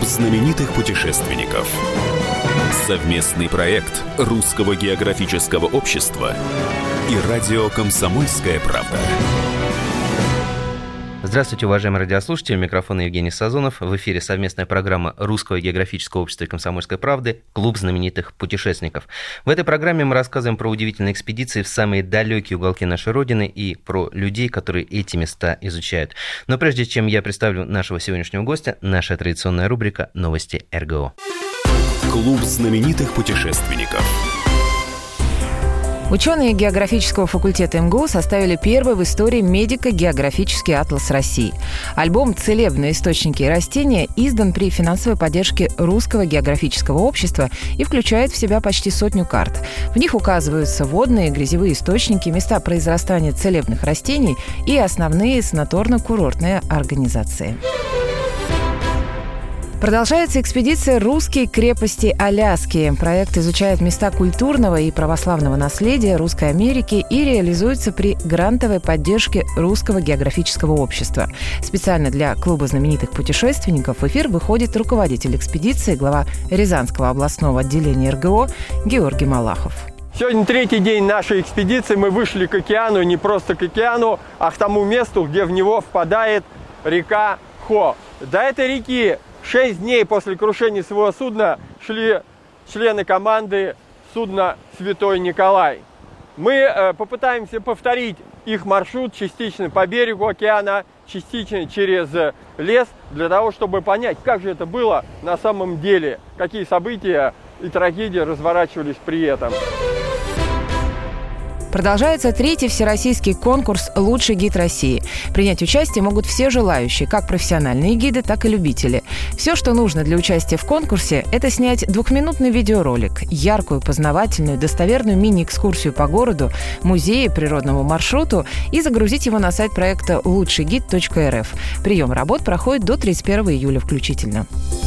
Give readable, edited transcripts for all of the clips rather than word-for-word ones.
знаменитых путешественников. Совместный проект Русского географического общества и радио «Комсомольская правда». Здравствуйте, уважаемые радиослушатели. У микрофона Евгений Сазонов. В эфире совместная программа Русского географического общества и «Комсомольской правды» «Клуб знаменитых путешественников». В этой программе мы рассказываем про удивительные экспедиции в самые далекие уголки нашей Родины и про людей, которые эти места изучают. Но прежде чем я представлю нашего сегодняшнего гостя, наша традиционная рубрика «Новости РГО». Клуб знаменитых путешественников. Ученые географического факультета МГУ составили первый в истории медико-географический атлас России. Альбом «Целебные источники и растения» издан при финансовой поддержке Русского географического общества и включает в себя почти 100 карт. В них указываются водные и грязевые источники, места произрастания целебных растений и основные санаторно-курортные организации. Продолжается экспедиция «Русские крепости Аляски». Проект изучает места культурного и православного наследия Русской Америки и реализуется при грантовой поддержке Русского географического общества. Специально для Клуба знаменитых путешественников в эфир выходит руководитель экспедиции, глава Рязанского областного отделения РГО Георгий Малахов. Сегодня третий день нашей экспедиции. Мы вышли к океану, не просто к океану, а к тому месту, где в него впадает река Хо. До этой реки 6 дней после крушения своего судна шли члены команды судна «Святой Николай». Мы попытаемся повторить их маршрут частично по берегу океана, частично через лес, для того, чтобы понять, как же это было на самом деле, какие события и трагедии разворачивались при этом. Продолжается третий всероссийский конкурс «Лучший гид России». Принять участие могут все желающие, как профессиональные гиды, так и любители. Все, что нужно для участия в конкурсе, это снять 2-минутный видеоролик, яркую, познавательную, достоверную мини-экскурсию по городу, музею, природному маршруту и загрузить его на сайт проекта лучшийгид.рф. Прием работ проходит до 31 июля включительно.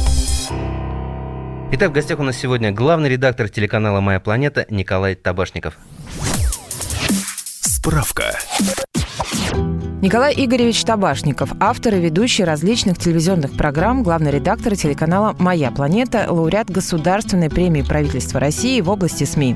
Итак, в гостях у нас сегодня главный редактор телеканала «Моя планета» Николай Табашников. Справка. Николай Игоревич Табашников, автор и ведущий различных телевизионных программ, главный редактор телеканала «Моя планета», лауреат Государственной премии правительства России в области СМИ.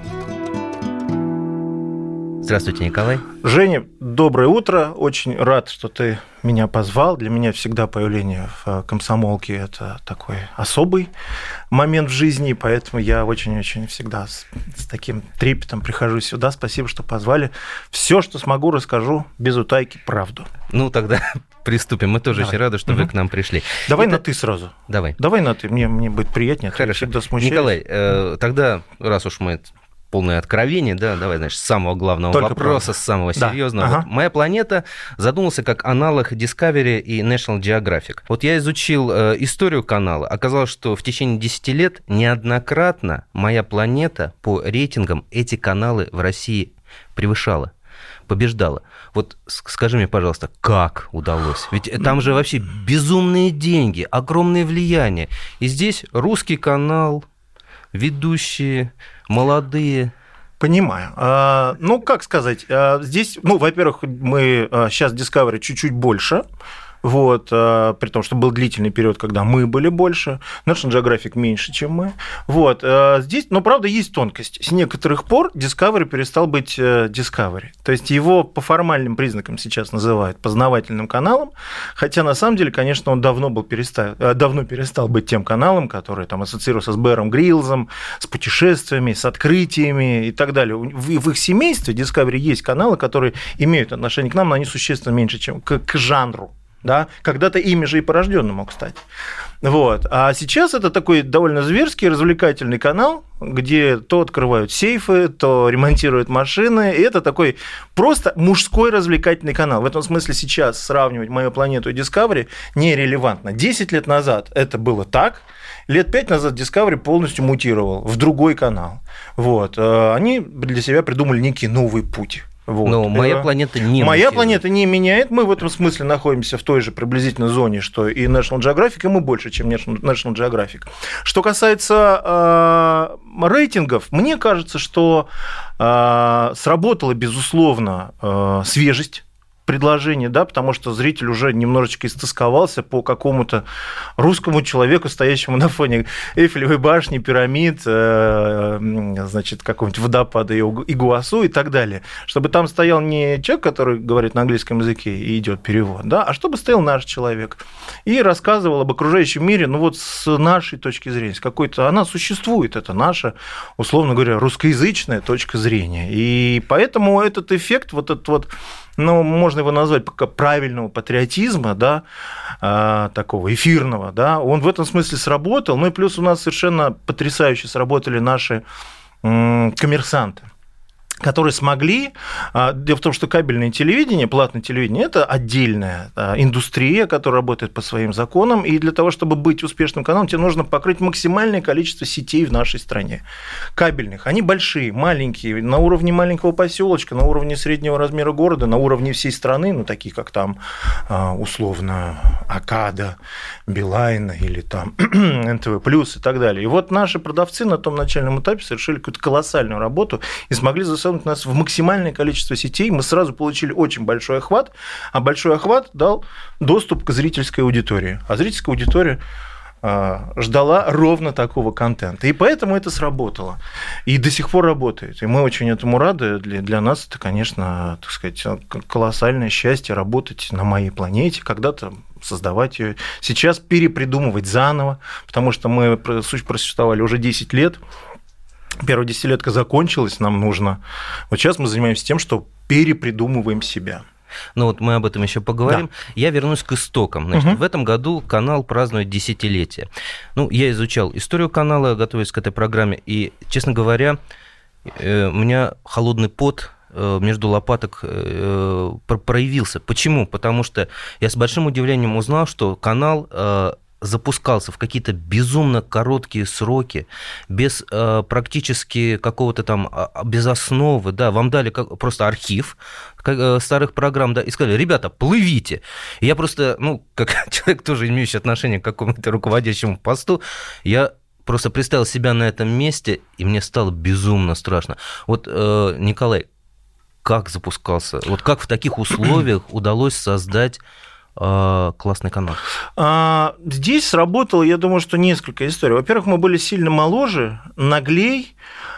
Здравствуйте, Николай. Женя, доброе утро. Очень рад, что ты меня позвал. Для меня всегда появление в «Комсомолке» – это такой особый момент в жизни, поэтому я очень-очень всегда с таким трепетом прихожу сюда. Спасибо, что позвали. Все, что смогу, расскажу без утайки правду. Ну, тогда приступим. Мы тоже очень рады, что вы к нам пришли. Давай на «ты» сразу. Давай на «ты». Мне будет приятнее. Хорошо. Всегда смущаюсь. Николай, тогда, раз уж мы... полное откровение, да, давай, значит, с самого главного только вопроса, правда. С самого серьезного. Да. Вот «Моя планета» задумался как аналог Discovery и National Geographic. Вот я изучил историю канала. Оказалось, что в течение 10 лет неоднократно «Моя планета» по рейтингам эти каналы в России превышала, побеждала. Вот скажи мне, пожалуйста, как удалось? Ведь там же вообще безумные деньги, огромное влияние. И здесь русский канал, ведущие, молодые. Понимаю. Ну, как сказать, здесь, во-первых, мы сейчас Discovery чуть-чуть больше, вот, при том, что был длительный период, когда мы были больше, National Geographic меньше, чем мы. Вот, здесь, но, правда, есть тонкость. С некоторых пор Discovery перестал быть Discovery. То есть его по формальным признакам сейчас называют познавательным каналом, хотя, на самом деле, конечно, он давно перестал быть тем каналом, который там ассоциировался с Бэром Гриллзом, с путешествиями, с открытиями и так далее. В их семействе Discovery есть каналы, которые имеют отношение к нам, но они существенно меньше, чем к жанру. Да? Когда-то ими же и порожденным мог стать. Вот. А сейчас это такой довольно зверский, развлекательный канал, где то открывают сейфы, то ремонтируют машины. И это такой просто мужской развлекательный канал. В этом смысле сейчас сравнивать «Мою планету» и Discovery нерелевантно. 10 лет назад это было так. Лет 5 назад Discovery полностью мутировал в другой канал. Вот. Они для себя придумали некий новый путь. Вот. Но «Моя планета» не «Моя планета» не меняет. Мы в этом смысле находимся в той же приблизительно зоне, что и National Geographic, и мы больше, чем National Geographic. Что касается рейтингов, мне кажется, что сработала, безусловно, свежесть предложение, да, потому что зритель уже немножечко истосковался по какому-то русскому человеку, стоящему на фоне Эйфелевой башни, пирамид, значит, какого-нибудь водопада Игуасу и так далее. Чтобы там стоял не человек, который говорит на английском языке и идет перевод, да, а чтобы стоял наш человек и рассказывал об окружающем мире, ну вот с нашей точки зрения, с какой-то, она существует, это наша, условно говоря, русскоязычная точка зрения. И поэтому этот эффект, вот этот вот, ну, можно его назвать как правильного патриотизма, да, такого эфирного, да, он в этом смысле сработал. Ну и плюс у нас совершенно потрясающе сработали наши коммерсанты, которые смогли... Дело в том, что кабельное телевидение, платное телевидение – это отдельная индустрия, которая работает по своим законам, и для того, чтобы быть успешным каналом, тебе нужно покрыть максимальное количество сетей в нашей стране. Кабельных. Они большие, маленькие, на уровне маленького поселочка, на уровне среднего размера города, на уровне всей страны, ну, такие как там, условно, Акада, Билайн или там НТВ+, и так далее. И вот наши продавцы на том начальном этапе совершили какую-то колоссальную работу и смогли засунуть нас в максимальное количество сетей, мы сразу получили очень большой охват, а большой охват дал доступ к зрительской аудитории. А зрительская аудитория ждала ровно такого контента. И поэтому это сработало. И до сих пор работает. И мы очень этому рады. Для нас это, конечно, так сказать, колоссальное счастье работать на моей планете, когда-то создавать ее, сейчас перепридумывать заново, потому что мы просуществовали уже 10 лет. Первая десятилетка закончилась, нам нужно... Вот сейчас мы занимаемся тем, что перепридумываем себя. Ну вот мы об этом еще поговорим. Да. Я вернусь к истокам. Значит, в этом году канал празднует десятилетие. Ну, я изучал историю канала, готовясь к этой программе, и, честно говоря, у меня холодный пот между лопаток проявился. Почему? Потому что я с большим удивлением узнал, что канал запускался в какие-то безумно короткие сроки, без практически какого-то там, без основы, да, вам дали просто архив старых программ, да, и сказали: ребята, плывите. И я просто, ну, как человек, тоже имеющий отношение к какому-то руководящему посту, я просто представил себя на этом месте, и мне стало безумно страшно. Вот, Николай, как запускался, вот как в таких условиях удалось создать классный канал? Здесь сработало, я думаю, что несколько историй. Во-первых, мы были сильно моложе, наглей,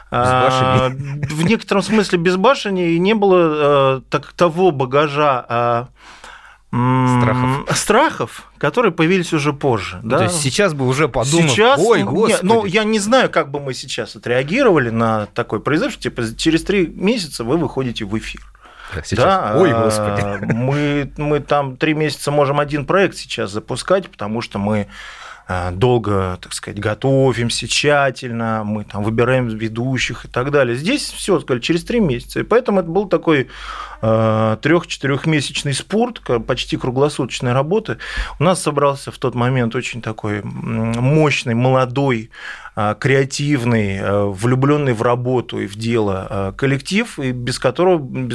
в некотором смысле безбашеннее, и не было того багажа страхов, которые появились уже позже. Да? То есть сейчас бы уже подумал, ой, господи. Ну, я не знаю, как бы мы сейчас отреагировали на такой произошедший, типа через 3 месяца вы выходите в эфир. Сейчас. Да, ой, господи. Мы там 3 месяца можем один проект сейчас запускать, потому что мы долго, так сказать, готовимся тщательно, мы там выбираем ведущих и так далее. Здесь все, сказали, через 3 месяца. И поэтому это был такой 3-4-месячный спорт, почти круглосуточной работы. У нас собрался в тот момент очень такой мощный, молодой, креативный, влюбленный в работу и в дело коллектив, и без которого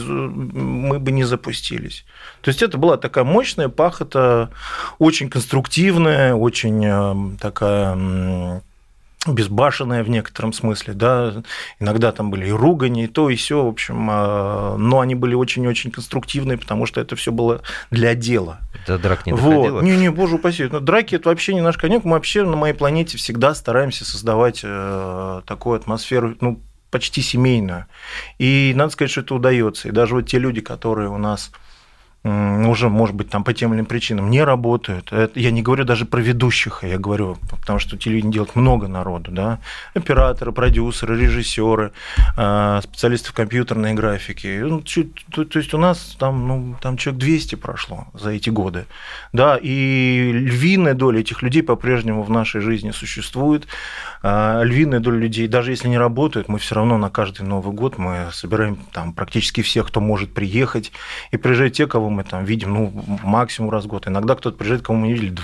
мы бы не запустились. То есть это была такая мощная пахота, очень конструктивная, очень такая безбашенная в некотором смысле, да, иногда там были и ругани, и то, и сё, в общем, но они были очень-очень конструктивные, потому что это все было для дела. До драк не доходило? Не, боже упаси, драки – это вообще не наш конек, мы вообще на моей планете всегда стараемся создавать такую атмосферу, ну, почти семейную, и надо сказать, что это удается, и даже вот те люди, которые у нас уже, может быть, там по тем или иным причинам не работают. Это, я не говорю даже про ведущих, я говорю, потому что телевидение делает много народу, да, операторы, продюсеры, режиссеры, специалисты в компьютерной графике. Ну, то есть у нас там, там человек 200 прошло за эти годы, да, и львиная доля этих людей по-прежнему в нашей жизни существует. Львиная доля людей, даже если не работают, мы все равно на каждый Новый год мы собираем там практически всех, кто может приехать, и приезжают те, кого мы там видим, ну, максимум раз в год. Иногда кто-то приезжает, кого мы не видели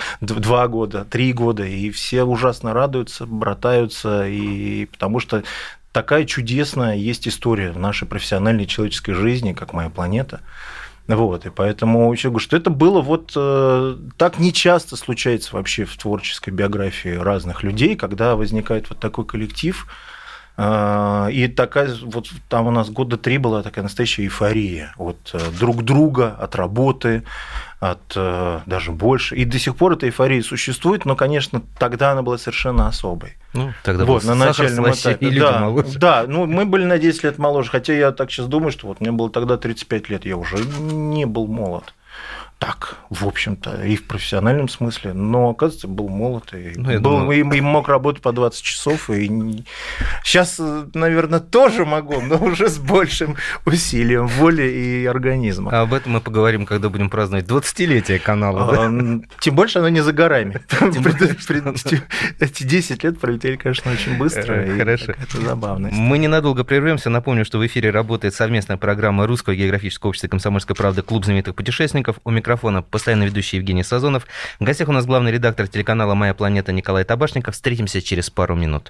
2 года, 3 года, и все ужасно радуются, братаются, и потому что такая чудесная есть история в нашей профессиональной человеческой жизни, как «Моя планета». Вот, и поэтому я говорю, что это было вот так нечасто случается вообще в творческой биографии разных людей, когда возникает вот такой коллектив, И такая, вот там у нас года 3 была такая настоящая эйфория от друг друга, от работы, от даже больше. И до сих пор эта эйфория существует, но, конечно, тогда она была совершенно особой. Ну, тогда вот, на начальном этапе. И люди моложе. Да, ну, мы были на 10 лет моложе, хотя я так сейчас думаю, что вот мне было тогда 35 лет, я уже не был молод. Так, в общем-то, и в профессиональном смысле, но, оказывается, был молод, и, и мог работать по 20 часов, и сейчас, наверное, тоже могу, но уже с большим усилием воли и организма. А об этом мы поговорим, когда будем праздновать 20-летие канала. Тем больше оно не за горами. Эти 10 лет пролетели, конечно, очень быстро, и это забавно. Мы ненадолго прервемся. Напомню, что в эфире работает совместная программа Русского географического общества «Комсомольская правда» «Клуб знаменитых путешественников». У микрофона постоянно ведущий Евгений Сазонов. В гостях у нас главный редактор телеканала «Моя планета» Николай Табашников. Встретимся через пару минут.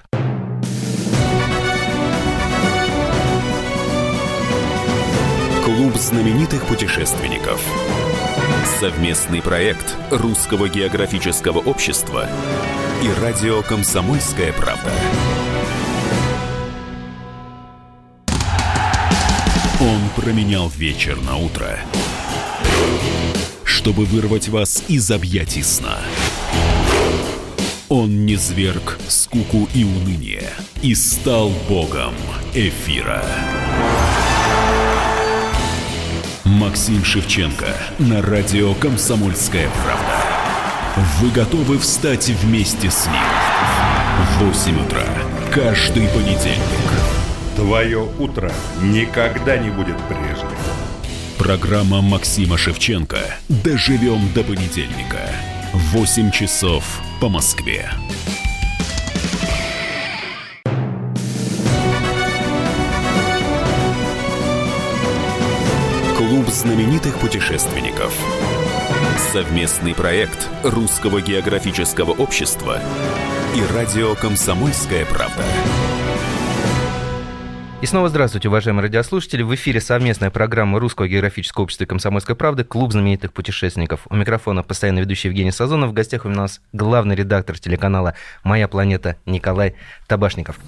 Клуб знаменитых путешественников. Совместный проект Русского географического общества и радио «Комсомольская правда». Он променял вечер на утро, чтобы вырвать вас из объятий сна. Он низвергг скуку и уныние и стал богом эфира. Максим Шевченко на радио «Комсомольская правда». Вы готовы встать вместе с ним? В 8 утра каждый понедельник. Твое утро никогда не будет прежним. Программа Максима Шевченко «Доживем до понедельника». 8 часов по Москве. Клуб знаменитых путешественников. Совместный проект Русского географического общества и радио «Комсомольская правда». И снова здравствуйте, уважаемые радиослушатели. В эфире совместная программа Русского географического общества и «Комсомольской правды» «Клуб знаменитых путешественников». У микрофона постоянно ведущий Евгений Сазонов. В гостях у нас главный редактор телеканала «Моя планета» Николай Табашников.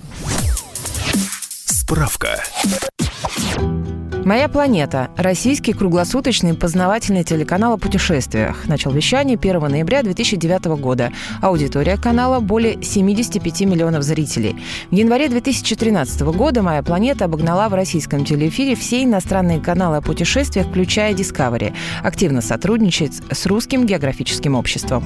Справка. «Моя планета» – российский круглосуточный познавательный телеканал о путешествиях. Начал вещание 1 ноября 2009 года. Аудитория канала – более 75 миллионов зрителей. В январе 2013 года «Моя планета» обогнала в российском телеэфире все иностранные каналы о путешествиях, включая Discovery. Активно сотрудничает с Русским географическим обществом.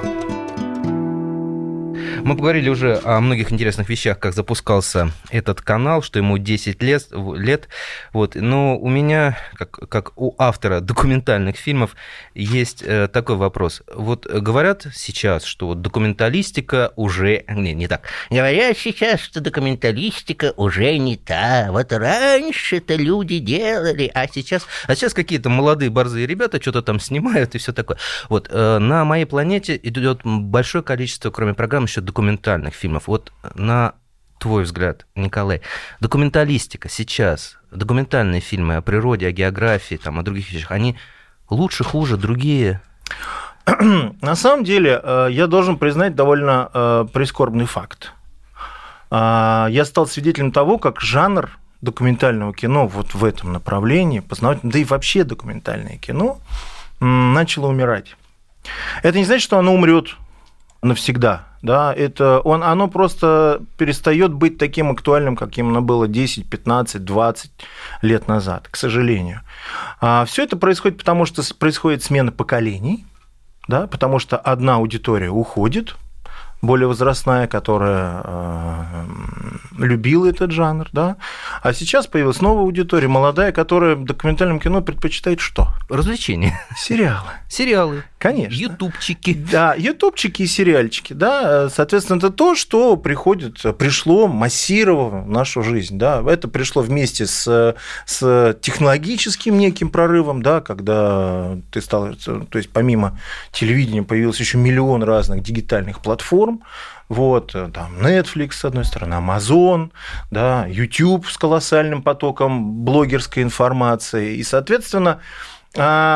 Мы поговорили уже о многих интересных вещах, как запускался этот канал, что ему 10 лет. Вот. Но у меня, как у автора документальных фильмов, есть такой вопрос. Вот говорят сейчас, что вот документалистика уже... Не так. Говорят сейчас, что документалистика уже не та. Вот раньше-то люди делали, а сейчас какие-то молодые борзые ребята что-то там снимают и все такое. Вот. На «Моей планете» идет большое количество, кроме программ, еще документальных фильмов. Вот на твой взгляд, Николай, документалистика сейчас, документальные фильмы о природе, о географии, там, о других вещах, они лучше, хуже, другие? На самом деле, я должен признать довольно прискорбный факт. Я стал свидетелем того, как жанр документального кино вот в этом направлении, познавательного, да и вообще документальное кино, начало умирать. Это не значит, что оно умрет навсегда. Да, оно просто перестает быть таким актуальным, каким оно было 10, 15, 20 лет назад, к сожалению. Все это происходит потому, что происходит смена поколений, да, потому что одна аудитория уходит, более возрастная, которая любила этот жанр, да, а сейчас появилась новая аудитория, молодая, которая в документальном кино предпочитает что? Развлечения. Сериалы. Конечно. Ютубчики. Да, ютубчики и сериальчики, да, соответственно, это то, что пришло массированно в нашу жизнь, да, это пришло вместе с технологическим неким прорывом, да, когда ты стал, то есть помимо телевидения появилось еще миллион разных дигитальных платформ. Вот, там Netflix, с одной стороны, Amazon, да, YouTube с колоссальным потоком блогерской информации. И, соответственно,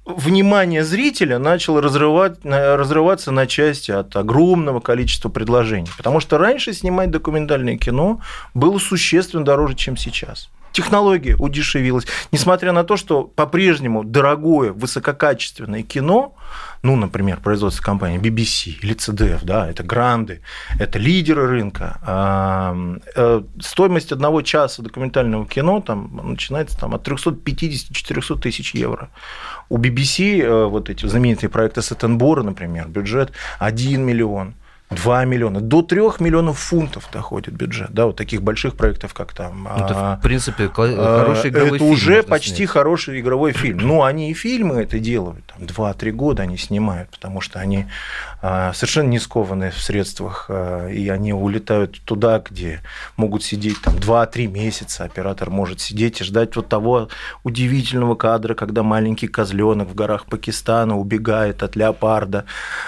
внимание зрителя начало разрываться на части от огромного количества предложений. Потому что раньше снимать документальное кино было существенно дороже, чем сейчас. Технология удешевилась. Несмотря на то, что по-прежнему дорогое, высококачественное кино, ну, например, производство компании BBC или CDF, да, это гранды, это лидеры рынка. Стоимость одного часа документального кино там, начинается там, от 350-400 тысяч евро. У BBC вот эти знаменитые проекты Сеттенбора, например, бюджет 1 миллион. 2 миллиона, до 3 миллионов фунтов доходит бюджет, да, вот таких больших проектов, как там... Это, в принципе, хороший игровой фильм. Это уже почти снять. Хороший игровой фильм. Ну, они и фильмы это делают, там, 2-3 года они снимают, потому что они совершенно не скованы в средствах, и они улетают туда, где могут сидеть там 2-3 месяца, оператор может сидеть и ждать вот того удивительного кадра, когда маленький козленок в горах Пакистана убегает от леопарда,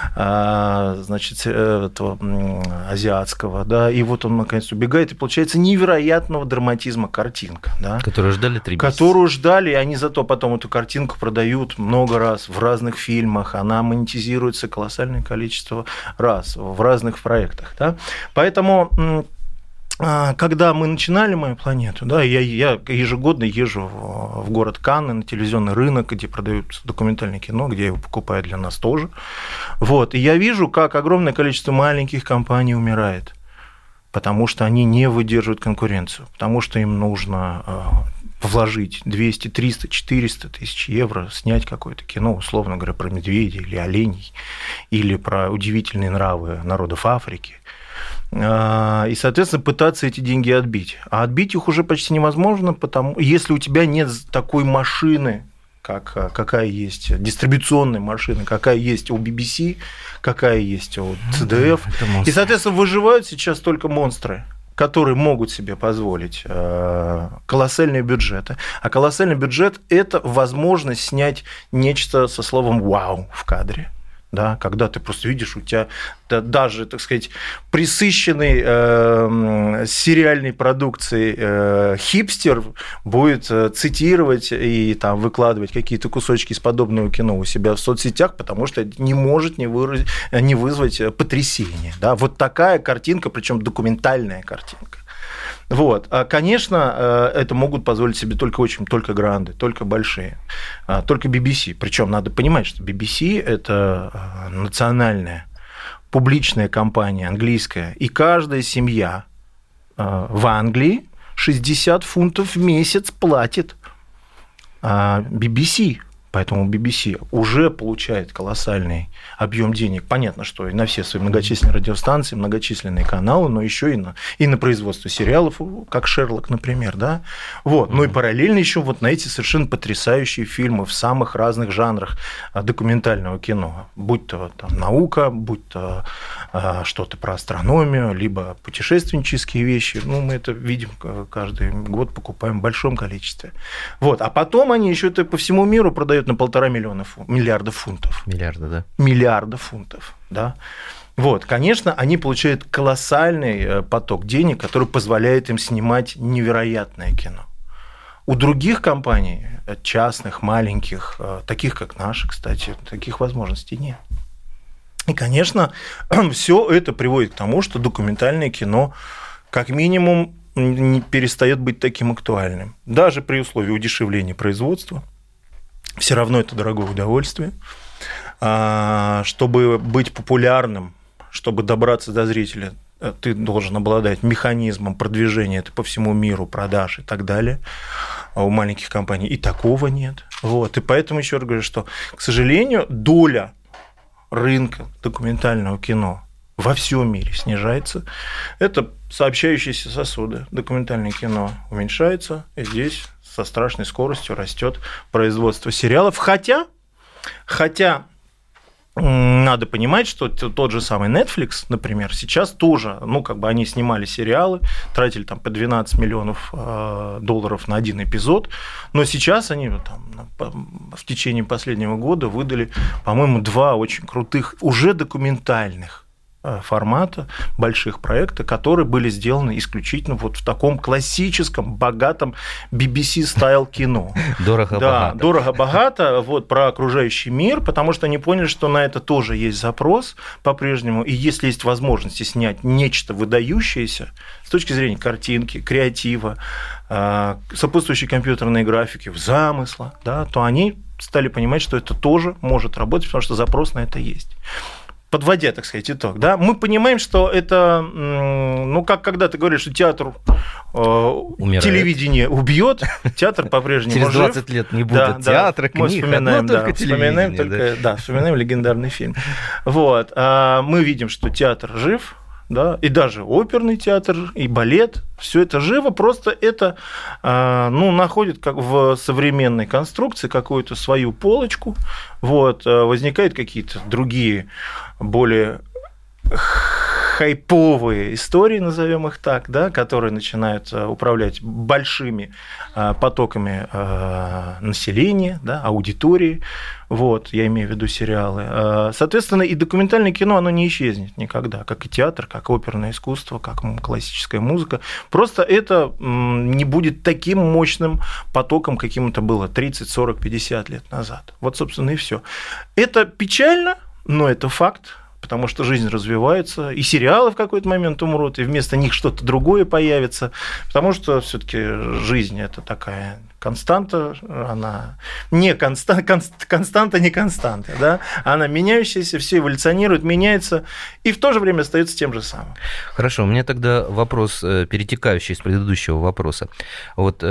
значит, этого азиатского, да, и вот он наконец убегает, и получается невероятного драматизма картинка, да, которую ждали 3 месяца. Которую ждали, и они зато потом эту картинку продают много раз в разных фильмах, она монетизируется колоссальное количество раз в разных проектах, да, поэтому... Когда мы начинали «Мою планету», да, я ежегодно езжу в город Канны на телевизионный рынок, где продают документальное кино, где его покупают для нас тоже. Вот, и я вижу, как огромное количество маленьких компаний умирает, потому что они не выдерживают конкуренцию, потому что им нужно вложить 200, 300, 400 тысяч евро, снять какое-то кино, условно говоря, про медведей или оленей, или про удивительные нравы народов Африки. И, соответственно, пытаться эти деньги отбить. А отбить их уже почти невозможно, если у тебя нет такой машины, какая есть, дистрибуционной машины, какая есть у BBC, какая есть у CDF. И, соответственно, выживают сейчас только монстры, которые могут себе позволить колоссальные бюджеты. А колоссальный бюджет – это возможность снять нечто со словом «вау» в кадре. Да, когда ты просто видишь, у тебя даже, так сказать, присыщенный сериальной продукцией хипстер будет цитировать и там, выкладывать какие-то кусочки из подобного кино у себя в соцсетях, потому что это не может не вызвать потрясения. Да? Вот такая картинка, причем документальная картинка. Вот. Конечно, это могут позволить себе только гранды, только большие, только BBC. Причем надо понимать, что BBC – это национальная публичная компания английская, и каждая семья в Англии 60 фунтов в месяц платит BBC. Поэтому BBC уже получает колоссальный объем денег. Понятно, что и на все свои многочисленные радиостанции, многочисленные каналы, но еще и на производство сериалов, как «Шерлок», например. Да? Вот. Ну и параллельно еще вот на эти совершенно потрясающие фильмы в самых разных жанрах документального кино. Будь то там, наука, будь то что-то про астрономию, либо путешественнические вещи. Ну, мы это видим каждый год, покупаем в большом количестве. Вот. А потом они еще это по всему миру продают на 1,5 миллиарда фунтов. Миллиарда фунтов, да. Вот, конечно, они получают колоссальный поток денег, который позволяет им снимать невероятное кино. У других компаний, частных, маленьких, таких как наши, кстати, таких возможностей нет. И, конечно, все это приводит к тому, что документальное кино, как минимум, не перестает быть таким актуальным. Даже при условии удешевления производства. Все равно это дорогое удовольствие. Чтобы быть популярным, чтобы добраться до зрителя, ты должен обладать механизмом продвижения это по всему миру, продаж и так далее. А у маленьких компаний и такого нет. Вот. И поэтому еще раз говорю, что, к сожалению, доля рынка документального кино во всем мире снижается. Это сообщающиеся сосуды. Документальное кино уменьшается, и здесь со страшной скоростью растет производство сериалов. Хотя надо понимать, что тот же самый Netflix, например, сейчас тоже, они снимали сериалы, тратили там по 12 миллионов долларов на один эпизод, но сейчас они в течение последнего года выдали, по-моему, 2 очень крутых, уже документальных формата, больших проекта, которые были сделаны исключительно вот в таком классическом, богатом BBC-стайл кино. Дорого-богато. Да, дорого-богато, вот, про окружающий мир, потому что они поняли, что на это тоже есть запрос по-прежнему, и если есть возможности снять нечто выдающееся с точки зрения картинки, креатива, сопутствующей компьютерной графики, замысла, да, то они стали понимать, что это тоже может работать, потому что запрос на это есть. Подводя, так сказать, итог, да, мы понимаем, что это, ну, как когда ты говоришь, что театр телевидение убьет, театр по-прежнему жив. Через 20 лет не будет театра, книг, вспоминаем, только телевидение. Вспоминаем легендарный фильм. Вот. Мы видим, что театр жив, да, и даже оперный театр, и балет, все это живо, просто это находит как в современной конструкции какую-то свою полочку, вот, возникают какие-то другие, более хайповые истории, назовем их так, да, которые начинают управлять большими потоками населения, да, аудитории. Вот, я имею в виду сериалы. Соответственно, и документальное кино, оно не исчезнет никогда, как и театр, как оперное искусство, как классическая музыка. Просто это не будет таким мощным потоком, каким это было 30, 40, 50 лет назад. Вот, собственно, и все. Это печально, но это факт. Потому что жизнь развивается, и сериалы в какой-то момент умрут, и вместо них что-то другое появится, потому что все-таки жизнь – это такая константа, она не константа, не константа, да? Она меняющаяся, все эволюционирует, меняется, и в то же время остается тем же самым. Хорошо, у меня тогда вопрос, перетекающий из предыдущего вопроса. Вот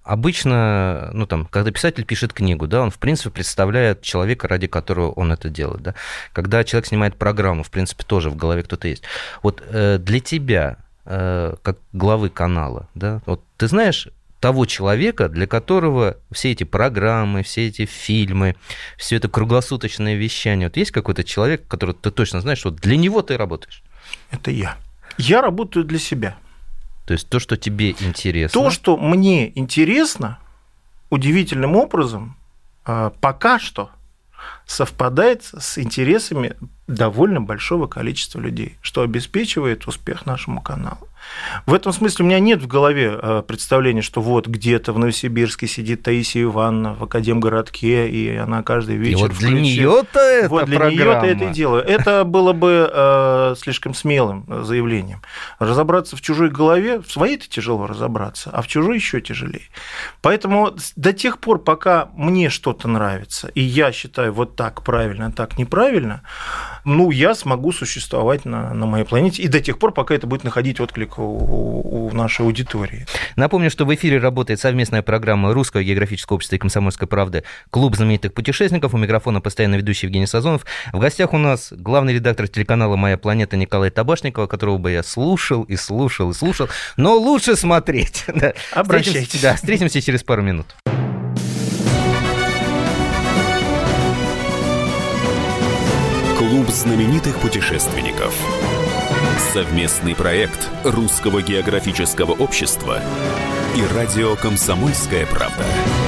обычно, когда писатель пишет книгу, да, он, в принципе, представляет человека, ради которого он это делает, да? Когда человек снимает программу, в принципе, тоже в голове кто-то есть. Вот для тебя, как главы канала, да, вот ты знаешь того человека, для которого все эти программы, все эти фильмы, все это круглосуточное вещание, вот есть какой-то человек, которого ты точно знаешь, что для него ты работаешь? Это я. Я работаю для себя. То есть то, что тебе интересно. То, что мне интересно, удивительным образом пока что совпадает с интересами довольно большого количества людей, что обеспечивает успех нашему каналу. В этом смысле у меня нет в голове представления, что вот где-то в Новосибирске сидит Таисия Ивановна в Академгородке, и она каждый вечер... И вот для нее-то это вот для нее-то это и делаю. Это было бы слишком смелым заявлением. Разобраться в чужой голове, в своей-то тяжело разобраться, а в чужой еще тяжелее. Поэтому до тех пор, пока мне что-то нравится, и я считаю вот так правильно, а так неправильно, я смогу существовать на моей планете, и до тех пор, пока это будет находить отклик у нашей аудитории. Напомню, что в эфире работает совместная программа Русского географического общества и Комсомольской правды «Клуб знаменитых путешественников». У микрофона постоянно ведущий Евгений Сазонов. В гостях у нас главный редактор телеканала «Моя планета» Николай Табашников, которого бы я слушал, но лучше смотреть. Обращайтесь. Встретимся через пару минут. Клуб знаменитых путешественников. Совместный проект Русского географического общества и радио «Комсомольская правда».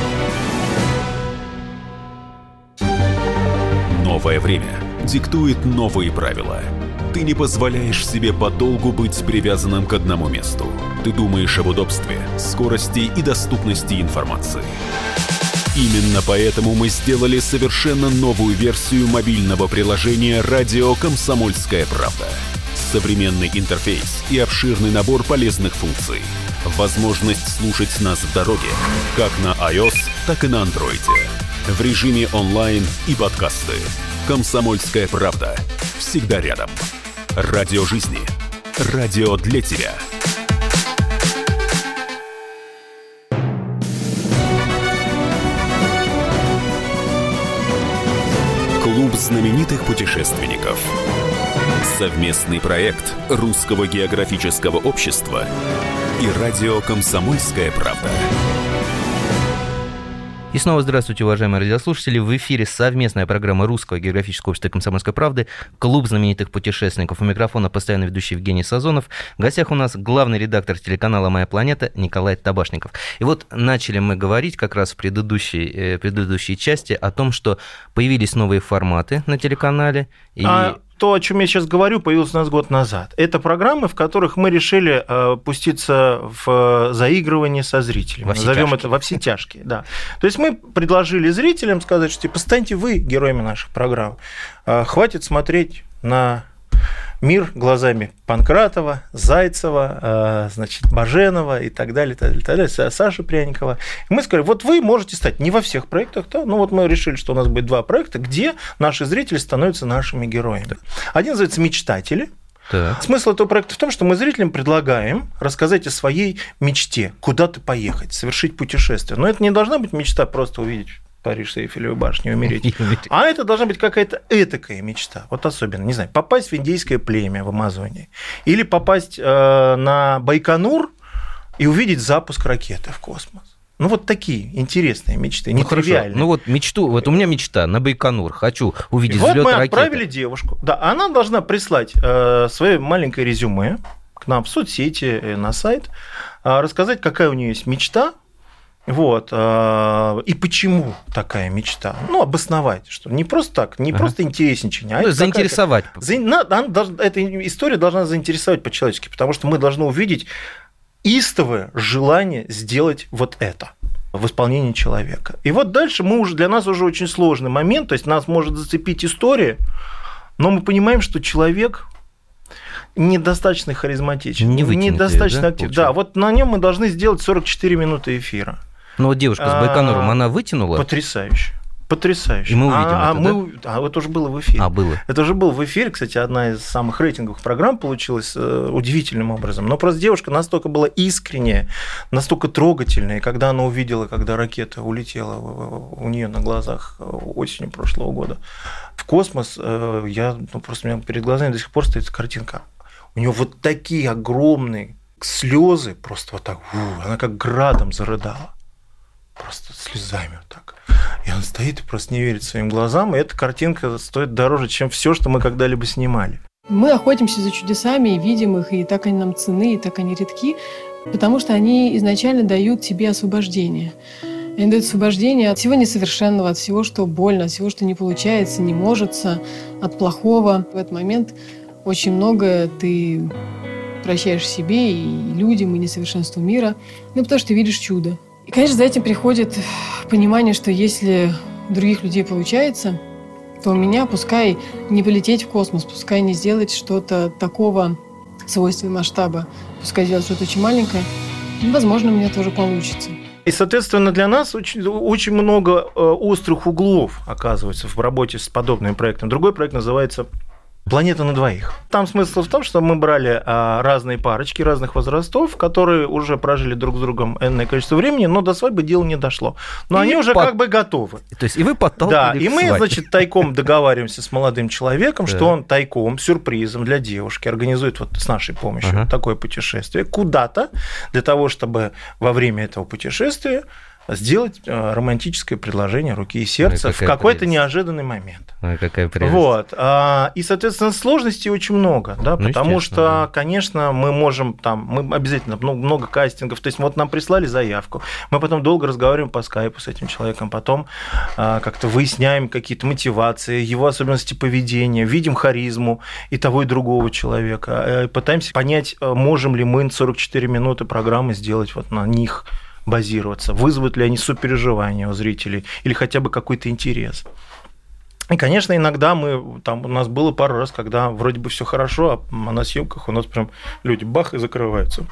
Новое время диктует новые правила. Ты не позволяешь себе подолгу быть привязанным к одному месту. Ты думаешь об удобстве, скорости и доступности информации. Именно поэтому мы сделали совершенно новую версию мобильного приложения «Радио Комсомольская правда». Современный интерфейс и обширный набор полезных функций. Возможность слушать нас в дороге, как на iOS, так и на Android. В режиме онлайн и подкасты. «Комсомольская правда». Всегда рядом. Радио жизни. Радио для тебя. Клуб знаменитых путешественников. Совместный проект Русского географического общества и радио «Комсомольская правда». И снова здравствуйте, уважаемые радиослушатели. В эфире совместная программа Русского географического общества и Комсомольской правды «Клуб знаменитых путешественников». У микрофона постоянно ведущий Евгений Сазонов. В гостях у нас главный редактор телеканала «Моя планета» Николай Табашников. И вот начали мы говорить как раз в предыдущей части о том, что появились новые форматы на телеканале. то, о чем я сейчас говорю, появилось у нас год назад. Это программы, в которых мы решили пуститься в заигрывание со зрителями. Назовем это во все тяжкие. Да. То есть мы предложили зрителям сказать, что типа, станьте вы героями наших программ. Хватит смотреть на мир глазами Панкратова, Зайцева, значит, Баженова и так далее, Саши Пряникова. И мы сказали, вот вы можете стать не во всех проектах, да, но вот мы решили, что у нас будет 2 проекта, где наши зрители становятся нашими героями. Один называется «Мечтатели». Так. Смысл этого проекта в том, что мы зрителям предлагаем рассказать о своей мечте, куда-то поехать, совершить путешествие. Но это не должна быть мечта просто увидеть Париж с Эйфелевой башней, умереть. А это должна быть какая-то этакая мечта. Вот особенно, не знаю, попасть в индейское племя в Амазонии. Или попасть на Байконур и увидеть запуск ракеты в космос. Ну, вот такие интересные мечты, нетривиальные. Ну, вот мечту, вот у меня мечта на Байконур. Хочу увидеть взлёт ракеты. Вот мы отправили девушку. Да, она должна прислать свое маленькое резюме к нам в соцсети, на сайт, рассказать, какая у нее есть мечта. Вот. И почему такая мечта? Ну, обосновать, что не просто так, не просто интересничание, а заинтересовать. Эта история должна заинтересовать по-человечески, потому что мы должны увидеть истовое желание сделать вот это в исполнении человека. И вот дальше для нас уже очень сложный момент, то есть нас может зацепить история, но мы понимаем, что человек недостаточно харизматичен, недостаточно активен. Да, вот на нем мы должны сделать 44 минуты эфира. Ну, вот девушка с Байконуром, она вытянула? Потрясающе. Потрясающе. И мы увидим это уже было в эфире. Было. Это уже было в эфире. Кстати, одна из самых рейтинговых программ получилась удивительным образом. Но просто девушка настолько была искренняя, настолько трогательная. И когда она увидела, когда ракета улетела у нее на глазах осенью прошлого года в космос, просто у меня перед глазами до сих пор стоит картинка. У нее вот такие огромные слезы, просто вот так, она как градом зарыдала. Просто слезами вот так. И он стоит и просто не верит своим глазам, и эта картинка стоит дороже, чем все, что мы когда-либо снимали. Мы охотимся за чудесами и видим их, и так они нам ценны, и так они редки, потому что они изначально дают тебе освобождение. Они дают освобождение от всего несовершенного, от всего, что больно, от всего, что не получается, не можется, от плохого. В этот момент очень многое ты прощаешь себе и людям, и несовершенству мира, потому что ты видишь чудо. И, конечно, за этим приходит понимание, что если у других людей получается, то у меня пускай не полететь в космос, пускай не сделать что-то такого свойства и масштаба, пускай сделать что-то очень маленькое, возможно, у меня тоже получится. И, соответственно, для нас очень много острых углов оказывается в работе с подобным проектом. Другой проект называется «Планета на двоих». Там смысл в том, что мы брали разные парочки разных возрастов, которые уже прожили друг с другом энное количество времени, но до свадьбы дело не дошло. Но они уже как бы готовы. То есть и вы подталкивали. Да, и мы, значит, тайком договариваемся с молодым человеком, что он тайком, сюрпризом для девушки организует вот с нашей помощью такое путешествие куда-то, для того, чтобы во время этого путешествия сделать романтическое предложение руки и сердца в какой-то неожиданный момент. Какая прелесть. Вот. И, соответственно, сложностей очень много, да, потому что, конечно, мы можем мы обязательно много кастингов, то есть вот нам прислали заявку, мы потом долго разговариваем по скайпу с этим человеком, потом как-то выясняем какие-то мотивации, его особенности поведения, видим харизму и того, и другого человека, пытаемся понять, можем ли мы 44 минуты программы сделать вот на них, базироваться, вызовут ли они сопереживание у зрителей или хотя бы какой-то интерес. И, конечно, иногда у нас было пару раз, когда вроде бы все хорошо, а на съемках у нас прям люди бах и закрываются.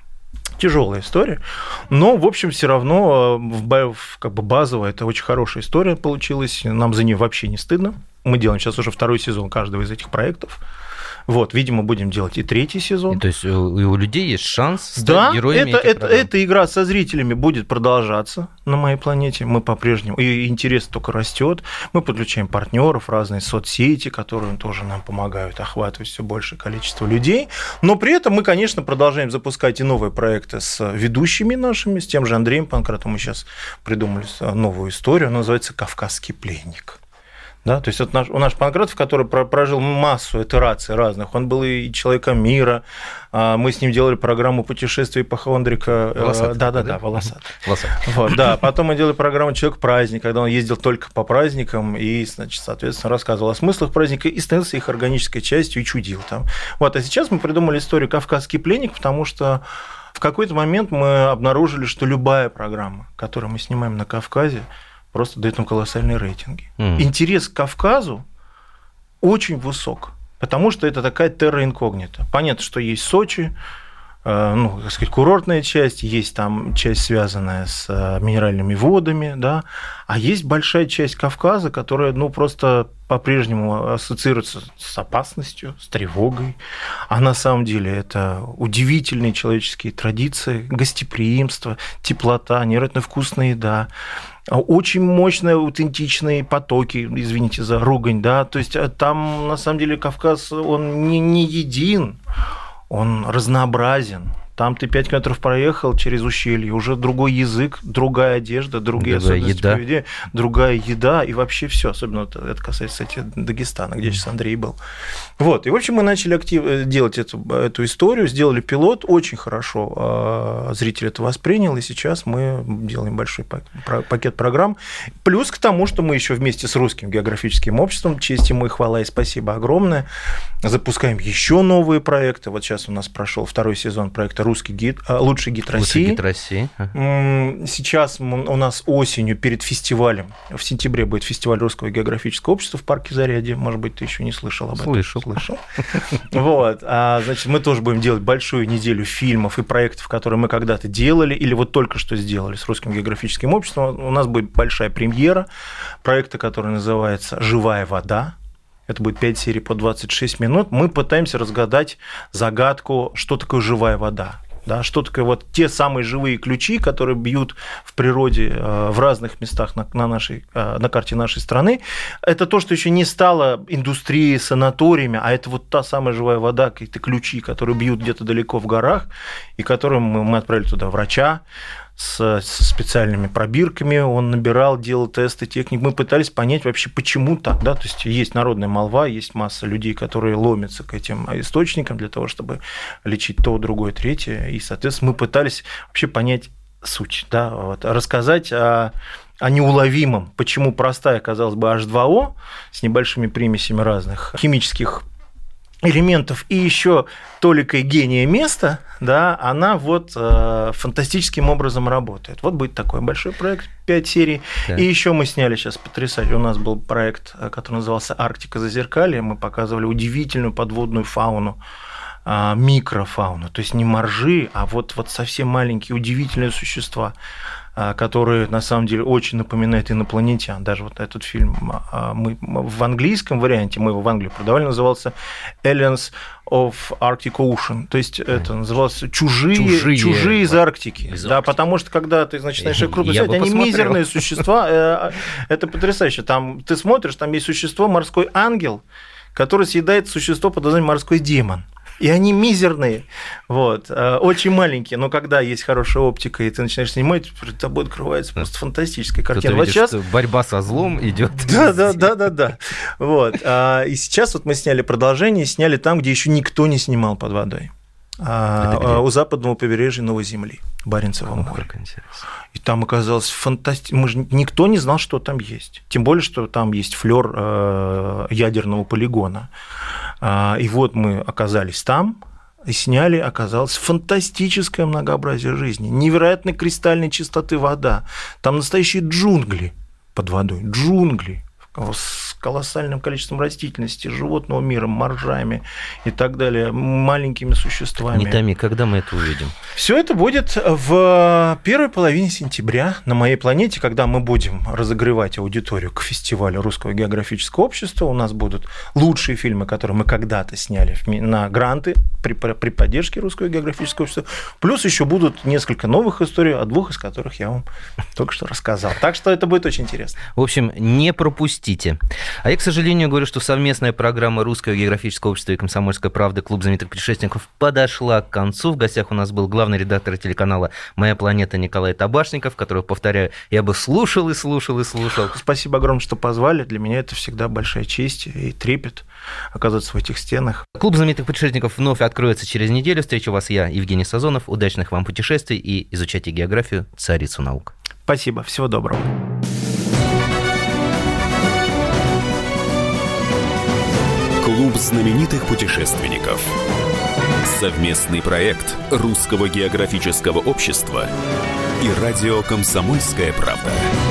Тяжелая история, но, в общем, все равно как бы базово это очень хорошая история получилась, нам за нее вообще не стыдно. Мы делаем сейчас уже 2-й сезон каждого из этих проектов. Вот, видимо, будем делать и 3-й сезон. То есть у людей есть шанс стать героями этих программ. Эта игра со зрителями будет продолжаться на моей планете. Мы по-прежнему, и интерес только растет. Мы подключаем партнеров, разные соцсети, которые тоже нам помогают охватывать все большее количество людей. Но при этом мы, конечно, продолжаем запускать и новые проекты с ведущими нашими, с тем же Андреем Панкратовым. Мы сейчас придумали новую историю, она называется «Кавказский пленник». Да, то есть вот у нас Панкратов, который прожил массу итераций разных, он был и человеком мира, мы с ним делали программу путешествий ипохондрика. Да, волосатый. Вот, да. Потом мы делали программу «Человек-праздник», когда он ездил только по праздникам и, значит, соответственно, рассказывал о смыслах праздника и становился их органической частью и чудил там. Вот, а сейчас мы придумали историю «Кавказский пленник», потому что в какой-то момент мы обнаружили, что любая программа, которую мы снимаем на Кавказе, просто дает нам колоссальные рейтинги. Интерес к Кавказу очень высок, потому что это такая терра инкогнита. Понятно, что есть Сочи, так сказать, курортная часть, есть там часть, связанная с минеральными водами, да, а есть большая часть Кавказа, которая, просто по-прежнему ассоциируется с опасностью, с тревогой, а на самом деле это удивительные человеческие традиции, гостеприимство, теплота, невероятно вкусная еда, очень мощные, аутентичные потоки, извините за ругань, да, то есть там, на самом деле, Кавказ, он не един, он разнообразен. Там ты 5 километров проехал через ущелье, уже другой язык, другая одежда, другие особенности поведения, другая еда и вообще все. Особенно это касается, кстати, Дагестана, где сейчас Андрей был. Вот. И, в общем, мы начали активно делать эту историю, сделали пилот, очень хорошо зритель это воспринял, и сейчас мы делаем большой пакет программ. Плюс к тому, что мы еще вместе с Русским географическим обществом, честь ему и хвала, и спасибо огромное, запускаем еще новые проекты. Вот сейчас у нас прошел 2-й сезон проекта «Русский гид», «Лучший гид России». «Лучший гид России». Сейчас у нас осенью перед фестивалем, в сентябре будет фестиваль Русского географического общества в парке Зарядье. Может быть, ты еще не слышал об этом? Слышал. Вот. Значит, мы тоже будем делать большую неделю фильмов и проектов, которые мы когда-то делали или вот только что сделали с Русским географическим обществом. У нас будет большая премьера проекта, который называется «Живая вода». Это будет 5 серий по 26 минут. Мы пытаемся разгадать загадку, что такое живая вода. Да, что такое вот те самые живые ключи, которые бьют в природе в разных местах на карте нашей страны. Это то, что еще не стало индустрией, санаториями, а это вот та самая живая вода, какие-то ключи, которые бьют где-то далеко в горах, и которым мы отправили туда врача с специальными пробирками, он набирал, делал тесты, техник. Мы пытались понять вообще, почему так, да, то есть есть народная молва, есть масса людей, которые ломятся к этим источникам для того, чтобы лечить то, другое, третье, и, соответственно, мы пытались вообще понять суть, да, вот, рассказать о неуловимом, почему простая, казалось бы, H2O с небольшими примесями разных химических элементов и еще толикой гения места, да, она вот фантастическим образом работает. Вот будет такой большой проект, 5 серий. Да. И еще мы сняли сейчас потрясающий. У нас был проект, который назывался «Арктика зазеркалье». Мы показывали удивительную подводную фауну, микрофауну, то есть не моржи, а вот совсем маленькие удивительные существа, которые на самом деле очень напоминают инопланетян. Даже вот этот фильм мы в английском варианте, мы его в Англии продавали, назывался «Aliens of Arctic Ocean», то есть это называлось «Чужие из Арктики». Да, потому что когда ты начинаешь их крупно смотреть, они мизерные существа, это потрясающе. Там ты смотришь, там есть существо морской ангел, который съедает существо под названием морской демон. И они мизерные, вот, очень маленькие, но когда есть хорошая оптика, и ты начинаешь снимать, перед тобой открывается просто фантастическая картина. Вот сейчас борьба со злом идет. Да. Вот. И сейчас вот мы сняли продолжение, сняли там, где еще никто не снимал под водой. У западного побережья Новой Земли, Баренцева моря. И там оказалось фантастично. Никто не знал, что там есть. Тем более, что там есть флёр ядерного полигона. И вот мы оказались там и сняли, оказалось фантастическое многообразие жизни, невероятной кристальной чистоты вода. Там настоящие джунгли под водой, джунгли с колоссальным количеством растительности, животного мира, моржами и так далее, маленькими существами. Не томи, когда мы это увидим? Все это будет в первой половине сентября на моей планете, когда мы будем разогревать аудиторию к фестивалю Русского географического общества. У нас будут лучшие фильмы, которые мы когда-то сняли на гранты при поддержке Русского географического общества. Плюс еще будут несколько новых историй, о 2 из которых я вам только что рассказал. Так что это будет очень интересно. В общем, не пропустите. А я, к сожалению, говорю, что совместная программа Русского географического общества и «Комсомольская правда. Клуб знаменитых путешественников» подошла к концу. В гостях у нас был главный редактор телеканала «Моя планета» Николай Табашников, которого, повторяю, я бы слушал и слушал и слушал. Спасибо огромное, что позвали. Для меня это всегда большая честь и трепет оказываться в этих стенах. Клуб знаменитых путешественников вновь откроется через неделю. Встречу вас я, Евгений Сазонов. Удачных вам путешествий и изучайте географию, царицу наук. Спасибо. Всего доброго. Клуб знаменитых путешественников. Совместный проект Русского географического общества и радио «Комсомольская правда».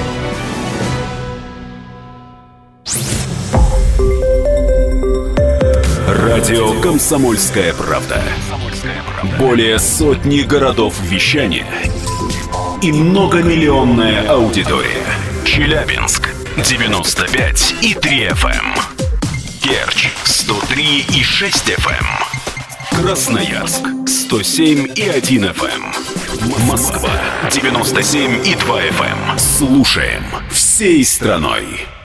Радио «Комсомольская правда». Более сотни городов вещания и многомиллионная аудитория. Челябинск 95,3 FM. Керчь 103,6 FM. Красноярск 107,1 FM. Москва 97,2 FM. Слушаем всей страной.